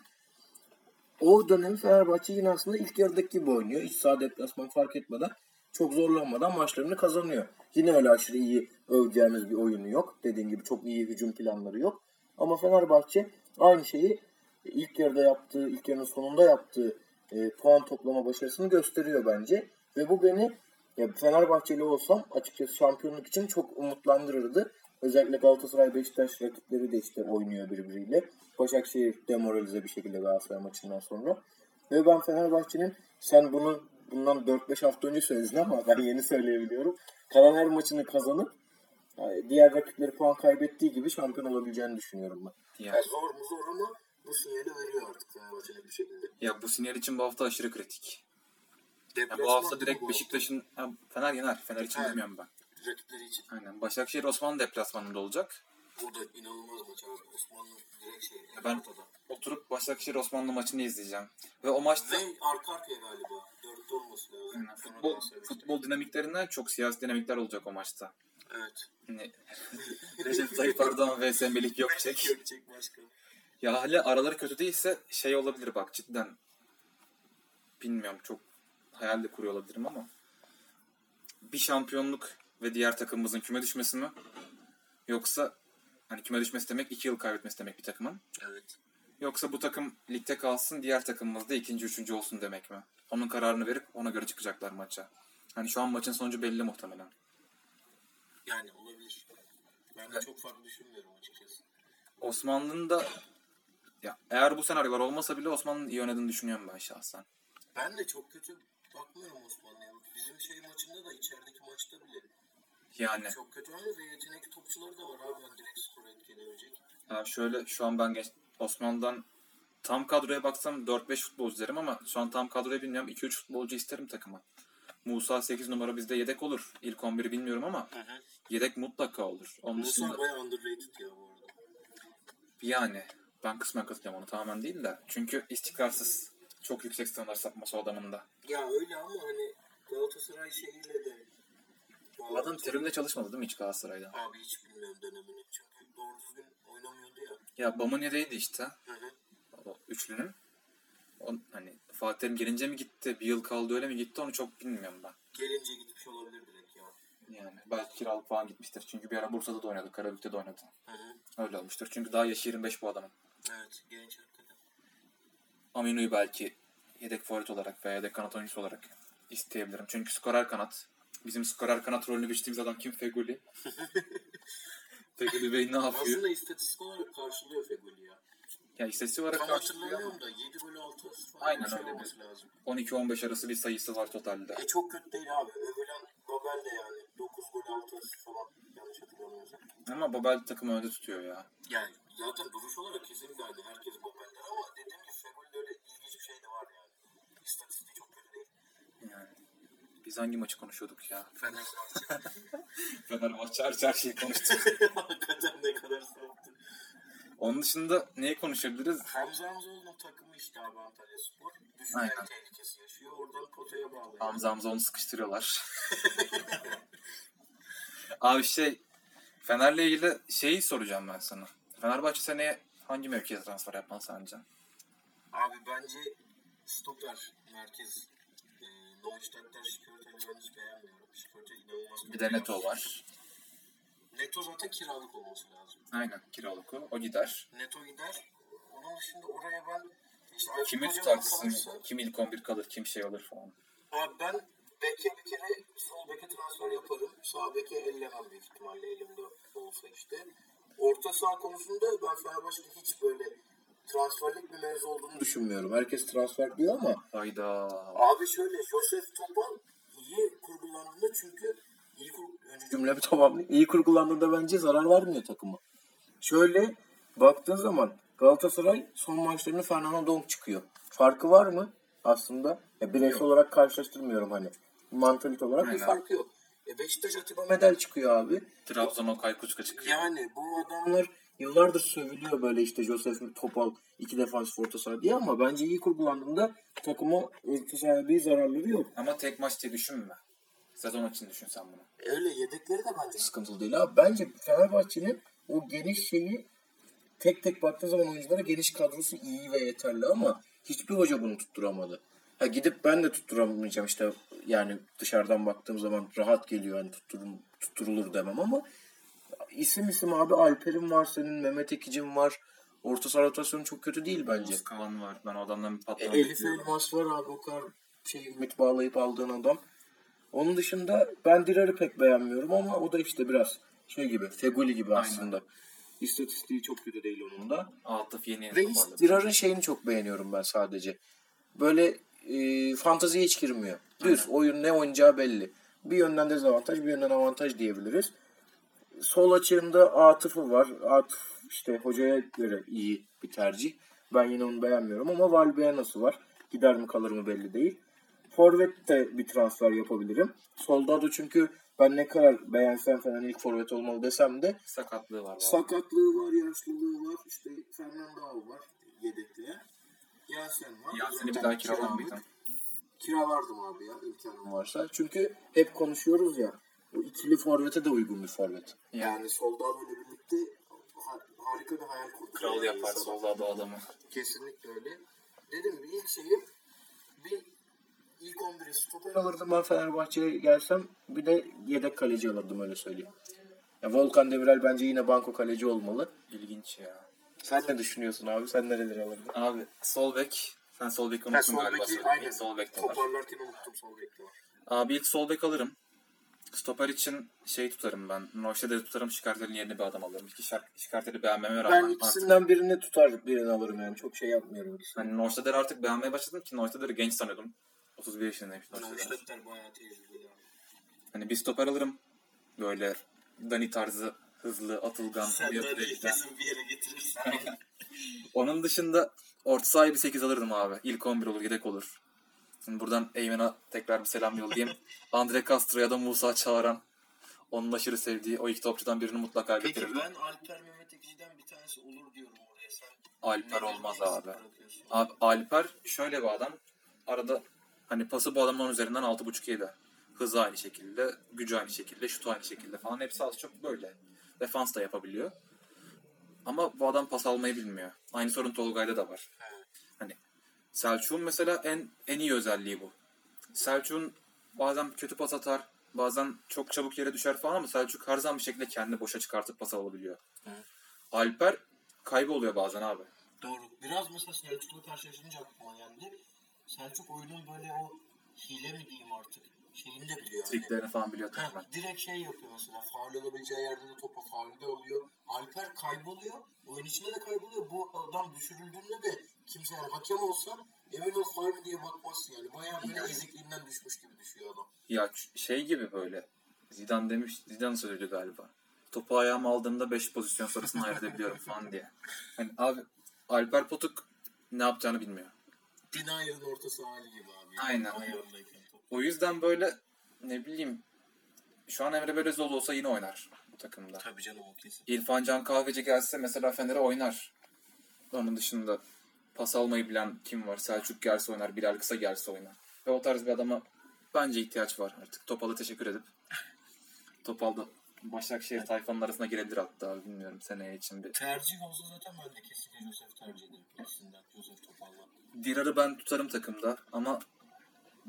O dönem Fenerbahçe yine aslında ilk yarıdaki gibi oynuyor. İç saha deplasman fark etmeden çok zorlanmadan maçlarını kazanıyor. Yine öyle aşırı iyi öveceğimiz bir oyunu yok. Dediğim gibi çok iyi hücum planları yok. Ama Fenerbahçe aynı şeyi ilk yarıda yaptığı, ilk yarının sonunda yaptığı e, puan toplama başarısını gösteriyor bence. Ve bu beni ya Fenerbahçeli olsam açıkçası şampiyonluk için çok umutlandırırdı. Özellikle Galatasaray, Beşiktaş rakipleri de işte oynuyor birbiriyle. Başakşehir demoralize bir şekilde Galatasaray maçından sonra. Ve ben Fenerbahçe'nin sen bunu bundan dört beş hafta önce söyledin ama ben yeni söyleyebiliyorum. Kalan her maçını kazanıp yani diğer rakipleri puan kaybettiği gibi şampiyon olabileceğini düşünüyorum ben. Yani zor mu zor ama bu sinyali veriyor artık Fenerbahçe'nin bir şekilde. Ya bu sinyal için bu hafta aşırı kritik. Ya bu Deplasman hafta direkt bu Beşiktaş'ın ha, Fener yener. Fener için Evet. demiyorum ben. Rakipleri için. Aynen. Başakşehir Osmanlı deplasmanında olacak. O da inanılmaz maç abi. Osmanlı direkt şey. Ben ortada. oturup Başakşehir Osmanlı maçını izleyeceğim. Ve o maçta Ve arka arkaya galiba. Dörtte olması lazım. aynen, futbol, futbol dinamiklerinden çok siyasi dinamikler olacak o maçta. Evet. Ne? Recep Tayyip Erdoğan ve Sembelik Gökçek. Gökçek başka. Ya hala araları kötü değilse şey olabilir bak cidden. Bilmiyorum çok hayal de kuruyor olabilirim ama bir şampiyonluk ve diğer takımımızın küme düşmesi mi? Yoksa hani küme düşmesi demek iki yıl kaybetmesi demek bir takımın. Evet. Yoksa bu takım ligde kalsın diğer takımımız da ikinci üçüncü olsun demek mi? Onun kararını verip ona göre çıkacaklar maça. Hani şu an maçın sonucu belli muhtemelen. Yani olabilir. Ben de çok farklı düşünmüyorum açıkçası. Osmanlı'nın da ya eğer bu senaryolar olmasa bile Osmanlı'nın iyi oynadığını düşünüyorum ben şahsen. Ben de çok kötü bakmıyorum Osmanlı'ya. Bizim şey maçında da içerideki maçta bile Yani. Çok kötü oynuyor ve yetenekli topçuları da var abi. Yani direkt skoru etkileyebilecek. Ya şöyle şu an ben geç, Osmanlı'dan tam kadroya baksam dört beş futbolcu derim ama şu an tam kadroya bilmiyorum. iki üç futbolcu isterim takıma. Musa sekiz numara bizde yedek olur. İlk on biri bilmiyorum ama hı hı. Yedek mutlaka olur. Onun Musa dışında... bayağı underrated ya bu arada. Yani ben kısmen katılıyorum onu tamamen değil de. Çünkü istikrarsız. Çok yüksek standart sapması o adamın da. Ya öyle ama hani Galatasaray şeyiyle de bu adam terimle çalışmadı değil mi hiç Galatasaray'da? Abi hiç bilmiyorum dönemini. Çünkü doğru düzgün oynamıyordu ya. Ya Bamonya'daydı işte. Hı hı. O üçlünün. O, hani Fatih Terim gelince mi gitti? Bir yıl kaldı öyle mi gitti? Onu çok bilmiyorum ben. Gelince gitmiş olabilir direkt ya. Yani belki kiralık falan gitmiştir. Çünkü bir ara Bursa'da da oynadı. Karabük'te de oynadı. Hı hı. Öyle olmuştur. Çünkü daha yaşı yirmi beş bu adamın. Evet genç hakikaten. Aminu'yu belki yedek forvet olarak veya yedek kanat oyuncusu olarak isteyebilirim. Çünkü skorer kanat. Bizim skorer kanat rolünü biçtiğimiz adam kim? Feguli. Feguli Bey ne yapıyor? Aslında istatistik olarak karşılıyor Feguli ya. Ya istatistik olarak tam karşılıyor. hatırlamıyorum da yedi gol altı falan aynen bir şey öyle olması lazım. on iki on beş arası bir sayısı var totalde. E çok kötü değil abi. Övülen Babel de yani dokuz gol altı falan yanlış hatırlamıyorsam. Ama Babel takımı önde tutuyor ya. Yani zaten duruş olarak kesinlikle hani herkes Babel'den ama dediğim gibi Fegül'de öyle ilginç bir şey de var yani. İstatistiği çok kötü değil. Yani biz hangi maçı konuşuyorduk ya? Fenerbahçe. Fenerbahçe her, her şeyi konuştuk. Hakikaten ne kadar saptı. Onun dışında neyi konuşabiliriz? Hamza Hamzoğlu'nun takımı işte abi Antalya Spor. Düşme tehlikesi yaşıyor. Oradan potaya bağlıyor. Hamza Hamzoğlu'nu sıkıştırıyorlar. Abi şey Fener'le ilgili şeyi soracağım ben sana. Fenerbahçe seneye hangi mevkiye transfer yapmalı sence? Abi bence stoper merkez e, Neustadt'tan Şikörte'yi ben hiç beğenmiyorum. Şikörte inanılmaz. Bir de Neto var. Neto zaten kiralık olması lazım. Aynen kiralık o. O gider. Neto gider. Onun dışında oraya ben işte Kimi Aykut tutarsın? kalırsa, Kim ilk on bir kalır? Kim şey olur falan. abi ben beke bir kere sol beke transfer yaparım. Sağ beke ellemem büyük ihtimalle elimde olsa işte. Orta saha konusunda ben Fenerbahçe'de hiç böyle transferlik bir mevzu olduğunu düşünmüyorum. Herkes transfer diyor ama Hayda. abi şöyle Josef Topal iyi kurgulandığında çünkü iyi kur... önce Cümlemi tamamlayayım. İyi kurgulandığında bence zarar vermiyor takıma. Şöyle baktığın zaman Galatasaray son maçlarında Fernando Dong çıkıyor. Farkı var mı aslında? Ya bireysel olarak karşılaştırmıyorum hani. Mantalite olarak Aynen. bir farkı yok. E Beşiktaş Atiba Medel çıkıyor abi. Trabzon Okay Kuşka çıkıyor. Yani bu adamlar yıllardır sövülüyor böyle işte Josef Topal iki defans orta saha diye ama bence iyi kurgulandığında takıma orta sahaya bir zararları yok. Ama tek maç diye düşünme. Sezon için düşün sen bunu. öyle yedekleri de bence Sıkıntılı değil abi. Bence Fenerbahçe'nin o geniş şeyi tek tek baktığı zaman oyunculara geniş kadrosu iyi ve yeterli ama hiçbir hoca bunu tutturamadı. Ha gidip ben de tutturamayacağım işte yani dışarıdan baktığım zaman rahat geliyor yani tutturum, tutturulur demem ama isim isim abi Alper'in var senin, Mehmet Ekicim var. Orta saha rotasyonu çok kötü değil bence. Özkan var. Ben o adamdan bir E, patron Elif bekliyorum. Elmas var abi o kadar şey ümit bağlayıp aldığın adam. Onun dışında ben Dirar'ı pek beğenmiyorum ama o da işte biraz şey gibi, Feguli gibi aslında. İstatistiği çok kötü değil onun da. Atıf yeni Ve toparladı. Dirar'ın şeyini çok beğeniyorum ben sadece. Böyle e, fanteziye hiç girmiyor. Düz Aynen. oyun ne oynayacağı belli. Bir yönden dezavantaj bir yönden avantaj diyebiliriz. Sol açığında Atıf'ı var. Atıf işte hocaya göre iyi bir tercih. Ben yine onu beğenmiyorum ama Valbuena'sı var. Gider mi kalır mı belli değil. Forvet de bir transfer yapabilirim. Solda da çünkü ben ne kadar beğensem falan ilk forvet olmalı desem de Sakatlığı var. sakatlığı var, yaşlılığı var. İşte Fernando var yedekliğe. Yasen var. Yasin'i bir daha kiralar mıydın? Kiralardım abi ya imkanım varsa. Çünkü hep konuşuyoruz ya. Bu ikili forvete de uygun bir forvet. Yani, Yani solda ile birlikte ha- harika bir hayal kurduk. kral Yani yapar insana. solda da adamı. Kesinlikle öyle. Dedim bir ilk şeyim bir ilk on biri stoper alırdım ben Fenerbahçe'ye gelsem. Bir de yedek kaleci alırdım öyle söyleyeyim. Ya Volkan Demirel bence yine banko kaleci olmalı. İlginç ya. Sen ne düşünüyorsun abi? Sen nereleri alırdın? Abi sol bek. Sen sol beki Ha, unuttun sol galiba. beki Sol aynen. Sol bek de var. Toparlarken unuttum sol bekte var. Abi ilk sol bek alırım. Stoper için şey tutarım ben. Neustadt'ı tutarım. Şikartel'in yerine bir adam alırım. İki Şikartel'i beğenmeme rağmen. Ben artık, ikisinden birini tutar birini alırım yani. Çok şey yapmıyorum ikisini. hani Neustadt'ı artık beğenmeye başladım ki Neustadt'ı genç sanıyordum. otuz bir yaşındaymış Neustadt'ı. Neustadt'lar bayağı tecrübeli. Hani bir stoper alırım. Böyle Dani tarzı hızlı, atılgan. Sen bir de yapıya giden. kesin bir yere getirirsin. Onun dışında orta sahaya bir sekiz alırdım abi. İlk on bir olur, yedek olur. Şimdi buradan Eymen'a tekrar bir selam yollayayım. Andre Castro ya da Musa Çağıran. Onun aşırı sevdiği o iki topçudan birini mutlaka Peki getirirdim. ben Alper Mehmet Ekici'den bir tanesi olur diyorum oraya. Sen Alper neden olmaz eksik abi. bırakıyorsun? Abi Alper şöyle bir adam. Arada hani pası bu adamın on üzerinden altı buçuk yedi. Hızı aynı şekilde, gücü aynı şekilde, şutu aynı şekilde falan. Hepsi az çok böyle. Defans da yapabiliyor. Ama bu adam pas almayı bilmiyor. Aynı sorun Tolga'yda da var. Hani Selçuk'un mesela en en iyi özelliği bu. Selçuk'un bazen kötü pas atar, bazen çok çabuk yere düşer falan ama Selçuk her zaman bir şekilde kendini boşa çıkartıp pas alabiliyor. Hı. Alper kayboluyor bazen abi. Doğru. Biraz mesela Selçuk'la karşılaşınca aklıma geldi. Selçuk oyunun böyle o hile mi diyeyim artık şeyini de biliyor. Yani. Triklerini falan biliyor Ha, tamamen. direkt şey yapıyor mesela. Faul olabileceği yerde de topa faulde oluyor. Alper kayboluyor. Oyun içinde de kayboluyor. Bu adam düşürüldüğünde de kimse yani hakem olsa emin ol faul mü diye bakmazsın yani. Bayağı böyle ezikliğinden düşmüş gibi düşüyor adam. Ya ç- şey gibi böyle. Zidane demiş, Zidane söyledi galiba. Topu ayağıma aldığımda beş pozisyon sonrasını ayırt edebiliyorum falan diye. Hani abi Alper Potuk ne yapacağını bilmiyor. Dinayer'in ortası hali gibi abi. Aynen. Ayağındayken top. O yüzden böyle ne bileyim şu an Emre Belözoğlu olsa yine oynar bu takımda. Tabii canım o kesin. İrfan Can Kahveci gelse mesela Fener'e oynar. Onun dışında pas almayı bilen kim var? Selçuk gelse oynar, Bilal Kısa gelse oynar. Ve o tarz bir adama bence ihtiyaç var artık. Topal'a teşekkür edip Topal'da Başakşehir tayfanın arasına girebilir hatta bilmiyorum seneye için bir. Tercih olsa zaten ben de kesinlikle Josef tercih ederim. Kesinlikle Josef Topal'la. Dirar'ı ben tutarım takımda ama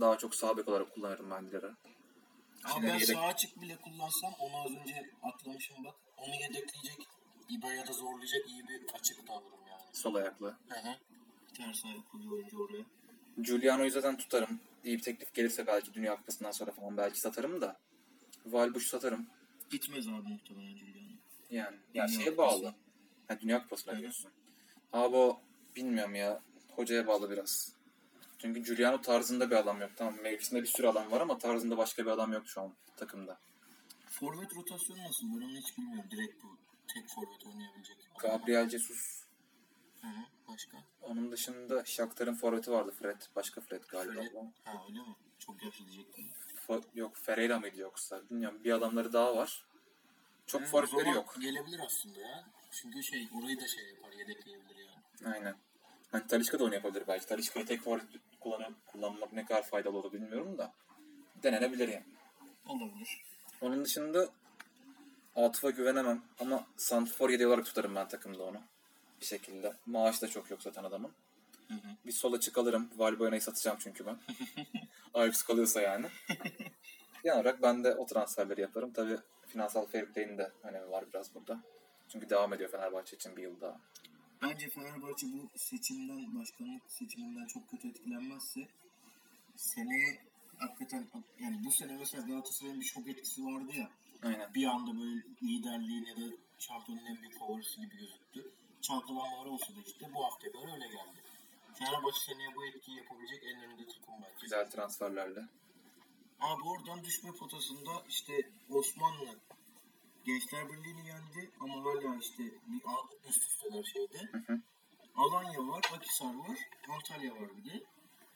daha çok sağ bek olarak kullanırım ben Diler'i. Abi ben sağ açık bile kullansam onu az önce atlamışım bak. Onu yedekleyecek, İBA'ya da zorlayacak iyi bir açık da alırım yani. Sol ayaklı. Hı hı. Ters ayaklı bir oyuncu oraya. Giuliano'yu zaten tutarım. İyi bir teklif gelirse belki Dünya Kupası'ndan sonra falan belki satarım da. Valbush'u satarım. Gitmez abi muhtemelen Giuliano. Yani ya Dünya şeye Kupası. bağlı. Ha, Dünya Kupası'na Hı hı. diyorsun. Abi o bilmiyorum ya. Hocaya bağlı biraz. Çünkü Giuliano tarzında bir adam yok. Tamam mevkisinde bir sürü adam var ama tarzında başka bir adam yok şu an takımda. Forvet rotasyonu nasıl? Ben onu hiç bilmiyorum. Direkt bu tek forvet oynayabilecek. Gabriel Jesus. Hı hı. Başka? Onun dışında Shakhtar'ın forveti vardı Fred. Başka Fred galiba. Fred. Ha öyle mi? Çok yaşlı diyecektim. Fo- yok Ferreira mıydı yoksa? Bilmiyorum. Bir adamları daha var. Çok Yani o forvetleri zaman yok. gelebilir aslında ya. Çünkü şey orayı da şey yapar, yedekleyebilir yani. Aynen. Hani Talisca da onu yapabilir belki. Talisca'yı tek forvet kullanıp kullanmak ne kadar faydalı olur bilmiyorum da. Denenebilir yani. Olabilir. Onun dışında Atıf'a güvenemem ama santrfor yedi olarak tutarım ben takımda onu. Bir şekilde. Maaş da çok yok zaten adamın. Hı hı. Bir sol açık alırım. Valbuena'yı satacağım çünkü ben. Ajax kalıyorsa yani. Genel olarak ben de o transferleri yaparım. Tabii finansal fair play'in de önemi var biraz burada. Çünkü devam ediyor Fenerbahçe için bir yıl daha. Bence Fenerbahçe bu seçimden, başkanlık seçiminden çok kötü etkilenmezse seneye hakikaten yani bu sene mesela Galatasaray'ın bir şok etkisi vardı ya. Aynen. Bir anda böyle liderliğin ya da şampiyonun en büyük favorisi gibi gözüktü. Çalkalanmalar olsa da işte bu haftaya kadar öyle geldi. Fenerbahçe seneye bu etkiyi yapabilecek en önde takım bence. Güzel transferlerle. Abi oradan düşme potasında işte Osmanlı Gençler Birliği'ni yendi ama hala işte bir üst üsteler şeyde. Hı hı. Alanya var, Akhisar var, Antalya var bir de.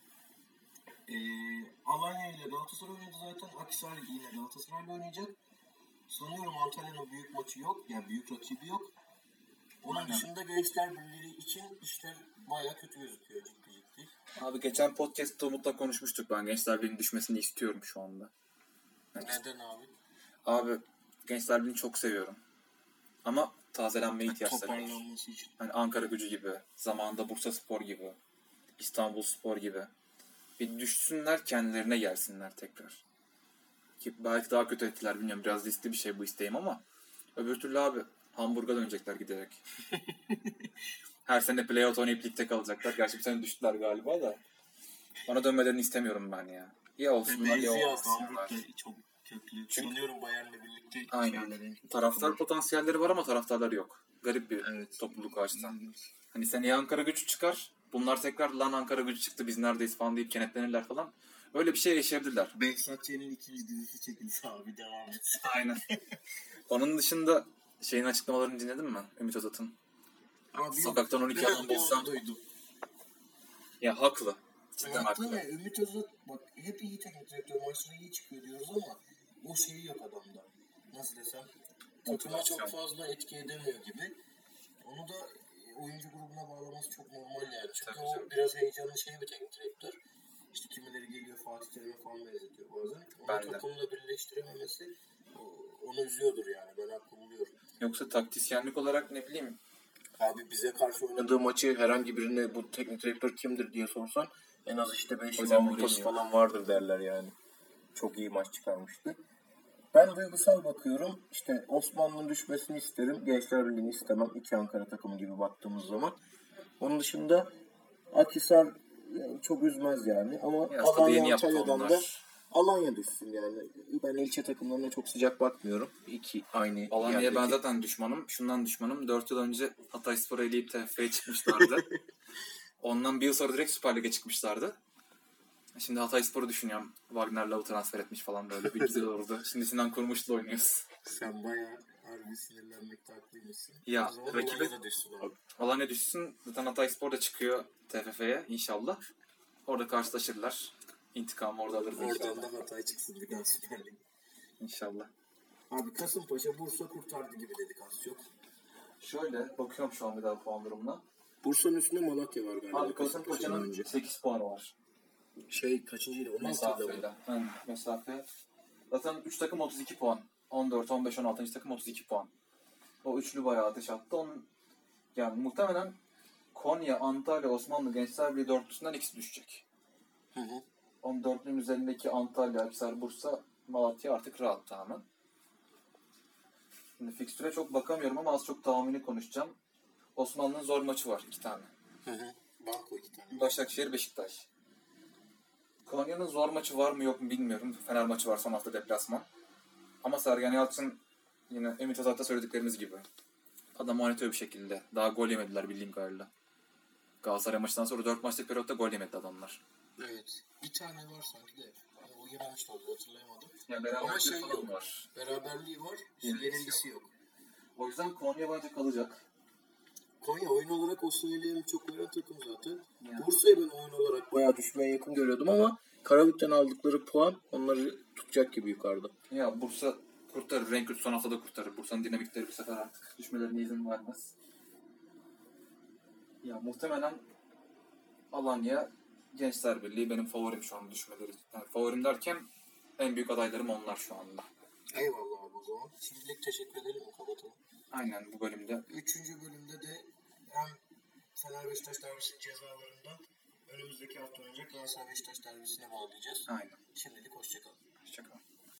Ee, Alanya ile Galatasaray oynadı zaten. Akhisar yine Galatasaray'la oynayacak. Sanıyorum Antalya'nın büyük maçı yok. Yani büyük rakibi yok. Onun Aynen. dışında Gençler Birliği için işler bayağı kötü gözüküyor ciddi ciddi. Abi geçen podcast'ta Umut'la konuşmuştuk. Ben Gençler Birliği'nin düşmesini istiyorum şu anda. Yani Neden abi? abi Gençler Birliği'ni çok seviyorum. Ama tazelenmeye ihtiyaçları var. Toparlanması için. Hani Ankara Gücü gibi, zamanında Bursaspor gibi, İstanbulspor gibi. Bir düşsünler kendilerine gelsinler tekrar. Ki belki daha kötü etkiler bilmiyorum. Biraz riskli bir şey bu isteğim ama öbür türlü abi Hamburg'a dönecekler giderek. Her sene playout oynayıp ligde kalacaklar. Gerçi bir sene düştüler galiba da. Ona dönmelerini istemiyorum ben ya. Ya olsunlar ya Benziyor olmasınlar. Hamburg da çok köklü. Çünkü- Sanıyorum Bayern'le birlikte Aynen. şeylerin- Taraftar potansiyelleri var ama taraftarları yok. Garip bir Evet. topluluk açısından. Hani seneye Ankara Gücü çıkar. Bunlar tekrar lan Ankara Gücü çıktı biz neredeyiz falan deyip kenetlenirler falan. Öyle bir şey yaşayabilirler. Behzat Ç'nin ikinci dizisi çekilse abi devam et. Aynen. Onun dışında şeyin açıklamalarını dinledin mi? Ümit Özat'ın. Abi Sokaktan on iki biraz adam bir bulsam- onu duydum. Ya haklı. Cidden Haklı haklı. ya. Ümit Özat bak hep iyi teknik direktör maçları iyi çıkıyor diyoruz ama o şeyi yok adamda. Nasıl desem takıma çok fazla etki edemiyor gibi. Onu da e, oyuncu grubuna bağlaması çok normal yani. Çünkü Tabii, o tabii. biraz heyecanlı şey bir teknik direktör. İşte kimileri geliyor Fatih Terim'e falan benzetiyor bazen. Onu Ben de. takımla birleştirememesi o- onu üzüyordur yani. Ben haklı buluyorum. Yoksa taktisyenlik olarak ne bileyim. Abi bize karşı oynadığı Oynadığı maçı herhangi birine bu teknik direktör kimdir diye sorsan en az işte beş Hocam yıl Avrupa'sı Mourinho. falan vardır derler yani. Çok iyi maç çıkarmıştı. Ben duygusal bakıyorum. İşte Osmanlı'nın düşmesini isterim. Gençler Birliği'ni istemem. İki Ankara takımı gibi baktığımız zaman. Onun dışında Akhisar e, çok üzmez yani. Ama Ya stadı yeni Alanya yaptı Antalya'dan onlar. da Alanya düşsün yani. Ben ilçe takımlarına çok sıcak bakmıyorum. İki aynı Alanya'ya yerdeki. ben zaten düşmanım. Şundan düşmanım. dört yıl önce Hatayspor'u eleyip T F F'ye çıkmışlardı. Ondan bir yıl sonra direkt Süper Lig'e çıkmışlardı. Şimdi Hatayspor'u düşünüyorum. Wagner Love'u transfer etmiş falan böyle. Bir güzel olurdu. Şimdi Sinan Kurmuş'la oynuyoruz. sen bayağı harbi sinirlenmekte haklıymışsın. Ya, O zaman rakibi- Alanya da düşsün abi. Alanya düşsün. Zaten Hatayspor da çıkıyor T F F'ye inşallah. Orada karşılaşırlar. İntikamı orada alırız Oradan inşallah. da Hatay çıksın bir daha Süper Lig. İnşallah. Abi Kasımpaşa Bursa kurtardı gibi dedik az çok. Şöyle bakıyorum şu an bir daha puan durumuna. Bursa'nın üstünde Malatya var galiba. Abi Kasımpaşa'nın sekiz puanı var. Şey kaçıncıydı? on altıda Mesafeyle. mı? Yani mesafe. Zaten üç takım otuz iki puan. on dört, on beş, on altıncı takım otuz iki puan. O üçlü bayağı ateş attı. Onun, yani muhtemelen Konya, Antalya, Osmanlı, Gençler Birliği dörtlüsünden ikisi düşecek. Hı hı. on dördünün üzerindeki Antalya, Akhisar, Bursa, Malatya artık rahat tamamen. Şimdi fikstüre çok bakamıyorum ama az çok tahmini konuşacağım. Osmanlı'nın zor maçı var iki tane. Hı hı. Banko iki tane. Başakşehir, Beşiktaş. Konya'nın zor maçı var mı yok mu bilmiyorum. Fener maçı var son hafta deplasman. Ama Sergen Yalçın yine Ümit Özat'ta söylediklerimiz gibi. Adam oynatıyor bir şekilde. Daha gol yemediler bildiğim kadarıyla. Galatasaray maçından sonra dört maçlık periyotta gol yemedi adamlar. Evet. Bir tane var sanki de. Hani o yememiş oldu, hatırlayamadım. Yani beraberliği Ama şey falan yok. var. Beraberliği var. Yenilgisi Yenilgisi yok. O yüzden Konya bence kalacak. Konya oyun olarak Osimhen'i çok oynayan takım zaten. Yani. Bursa'yı ben oyun olarak Bayağı düşmeye yakın görüyordum ama Karabük'ten aldıkları puan onları tutacak gibi yukarıda. Ya Bursa kurtarır. Renk son haftada kurtarır. Bursa'nın dinamikleri bu sefer artık düşmelerine izin vermez. Ya muhtemelen Alanya Gençler Birliği benim favorim şu an düşmeleri. Yani favorim derken en büyük adaylarım onlar şu anda. eyvallah abi o zaman. Şimdilik teşekkür edelim mi, kapatalım. Aynen bu bölümde. Üçüncü bölümde de hem Fener Beşiktaş derbisinin cezalarından önümüzdeki hafta oynayacak Galatasaray Beşiktaş derbisine bağlayacağız. Aynen.